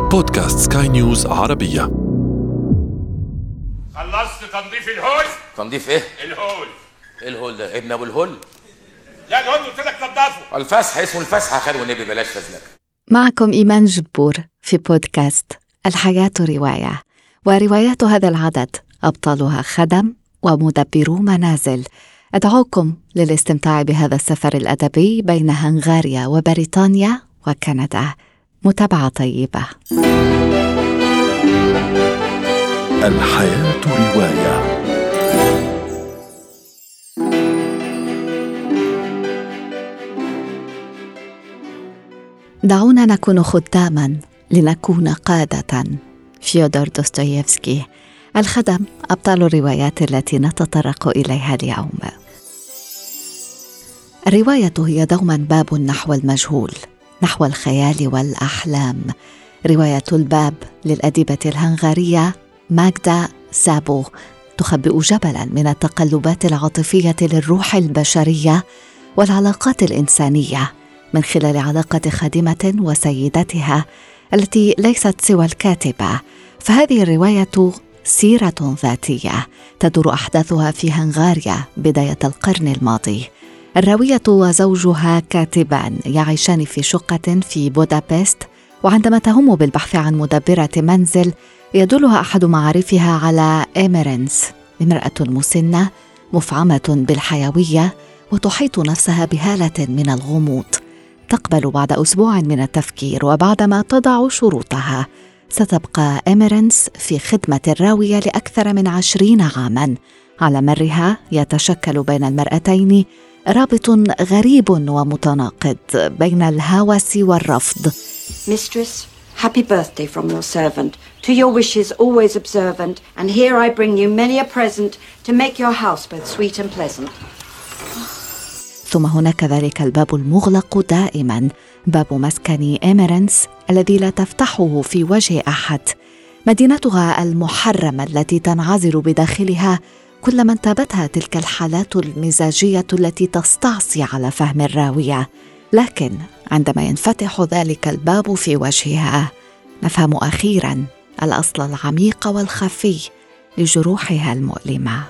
بودكاست سكاي نيوز عربية. خلصت تنظيف الهول؟ تنظيف ايه؟ الهول. ايه الهول ده؟ ابن ابو الهول؟ لا الهول قلت لك نظفه. الفسح اسمه الفسحه، خير والنبي بلاش فزلك. معكم إيمان جبور في بودكاست الحياة رواية، وروايات هذا العدد أبطالها خدم ومدبرو منازل. أدعوكم للاستمتاع بهذا السفر الأدبي بين هنغاريا وبريطانيا وكندا. متابعة طيبة. الحياة رواية. دعونا نكون خداما لنكون قادة. فيودور دوستويفسكي. الخدم أبطال الروايات التي نتطرق إليها اليوم. الرواية هي دوما باب نحو المجهول، نحو الخيال والأحلام. رواية الباب للأديبة الهنغارية ماغدا سابو تخبئ جبلا من التقلبات العاطفية للروح البشرية والعلاقات الإنسانية من خلال علاقة خادمة وسيدتها التي ليست سوى الكاتبة. فهذه الرواية سيرة ذاتية تدور أحداثها في هنغاريا بداية القرن الماضي. الراوية وزوجها كاتبان يعيشان في شقة في بودابست، وعندما تهم بالبحث عن مدبرة منزل يدلها أحد معارفها على إيميرنس، امرأة مسنة مفعمة بالحيوية وتحيط نفسها بهالة من الغموض. تقبل بعد أسبوع من التفكير وبعدما تضع شروطها. ستبقى إيميرنس في خدمة الراوية لأكثر من 20 عاماً. على مرها يتشكل بين المرأتين رابط غريب ومتناقض بين الهوس والرفض. Mistress, happy birthday from your servant. To your wishes always observant, and here I bring you many a present to make your house both sweet and pleasant. ثم هناك ذلك الباب المغلق دائما، باب مسكن إيميرنس الذي لا تفتحه في وجه أحد. مدينتها المحرمة التي تنعزل بداخلها كلما انتابتها تلك الحالات المزاجية التي تستعصي على فهم الراوية. لكن عندما ينفتح ذلك الباب في وجهها نفهم أخيراً الأصل العميق والخفي لجروحها المؤلمة.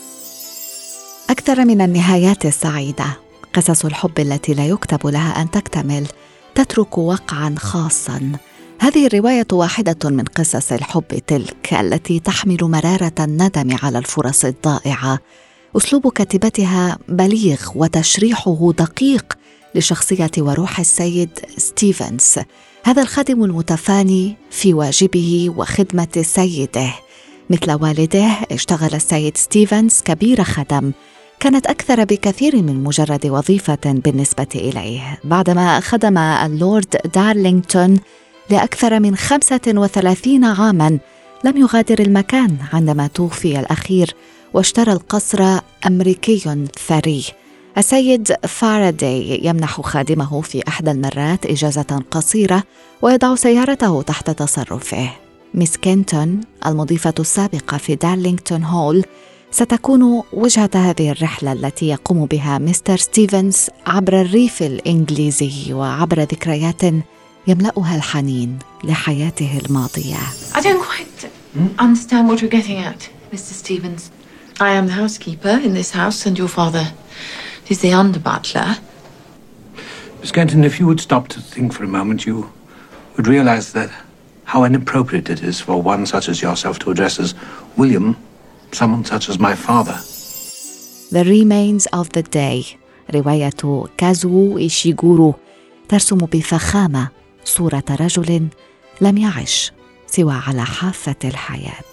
أكثر من النهايات السعيدة، قصص الحب التي لا يكتب لها أن تكتمل تترك وقعاً خاصاً. هذه الرواية واحدة من قصص الحب تلك التي تحمل مرارة الندم على الفرص الضائعة. أسلوب كاتبتها بليغ وتشريحه دقيق لشخصية وروح السيد ستيفنز، هذا الخادم المتفاني في واجبه وخدمة سيده. مثل والده اشتغل السيد ستيفنز كبير خدم، كانت أكثر بكثير من مجرد وظيفة بالنسبة إليه. بعدما خدم اللورد دارلينغتون لأكثر من 35 عاماً لم يغادر المكان عندما توفي الأخير، واشترى القصر أمريكي ثري. السيد فاراداي يمنح خادمه في إحدى المرات إجازة قصيرة ويضع سيارته تحت تصرفه. ميس كينتون المضيفة السابقة في دارلينغتون هول ستكون وجهة هذه الرحلة التي يقوم بها مستر ستيفنز عبر الريف الإنجليزي وعبر ذكريات يملأها الحنين لحياته الماضية. I don't quite understand what you're getting at, Mr. Stevens. I am the housekeeper in this house and your father is the under-butler. Miss Kenton, if you would stop to think for a moment, you would realize that how inappropriate it is for one such as yourself to address as William, someone such as my father. The Remains of the Day، رواية كازو إيشيغورو، ترسم بفخامة صورة رجل لم يعش سوى على حافة الحياة.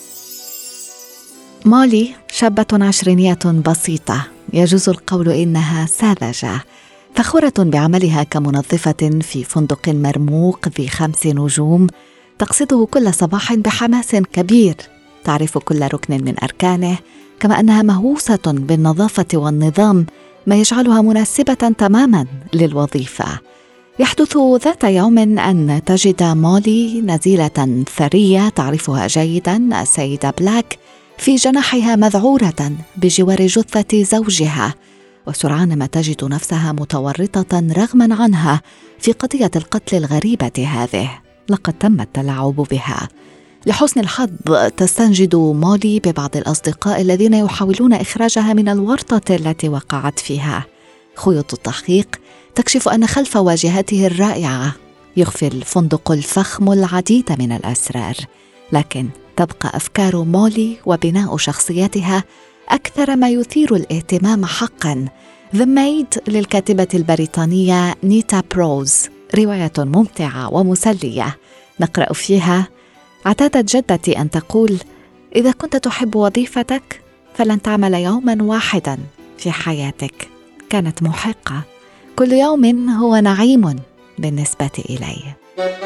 مولي شابة عشرينية بسيطة، يجوز القول إنها ساذجة، فخورة بعملها كمنظفة في فندق مرموق ذي 5 نجوم، تقصده كل صباح بحماس كبير، تعرف كل ركن من أركانه، كما أنها مهووسة بالنظافة والنظام، ما يجعلها مناسبة تماماً للوظيفة. يحدث ذات يوم أن تجد مولي نزيلة ثرية تعرفها جيداً السيدة بلاك في جناحها مذعورة بجوار جثة زوجها، وسرعان ما تجد نفسها متورطة رغما عنها في قضية القتل الغريبة هذه. لقد تم التلاعب بها. لحسن الحظ تستنجد مولي ببعض الأصدقاء الذين يحاولون إخراجها من الورطة التي وقعت فيها. خيوط التحقيق تكشف أن خلف واجهته الرائعة يخفي الفندق الفخم العديد من الأسرار، لكن تبقى أفكار مولي وبناء شخصيتها أكثر ما يثير الاهتمام حقاً. The Maid للكاتبة البريطانية نيتا بروز رواية ممتعة ومسلية نقرأ فيها: اعتادت جدتي أن تقول: إذا كنت تحب وظيفتك فلن تعمل يوماً واحداً في حياتك. كانت محقة، كل يوم هو نعيم بالنسبة إلي.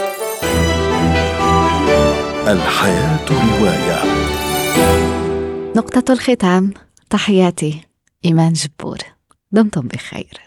الحياة رواية. نقطة الختام. تحياتي إيمان جبور. دمتم بخير.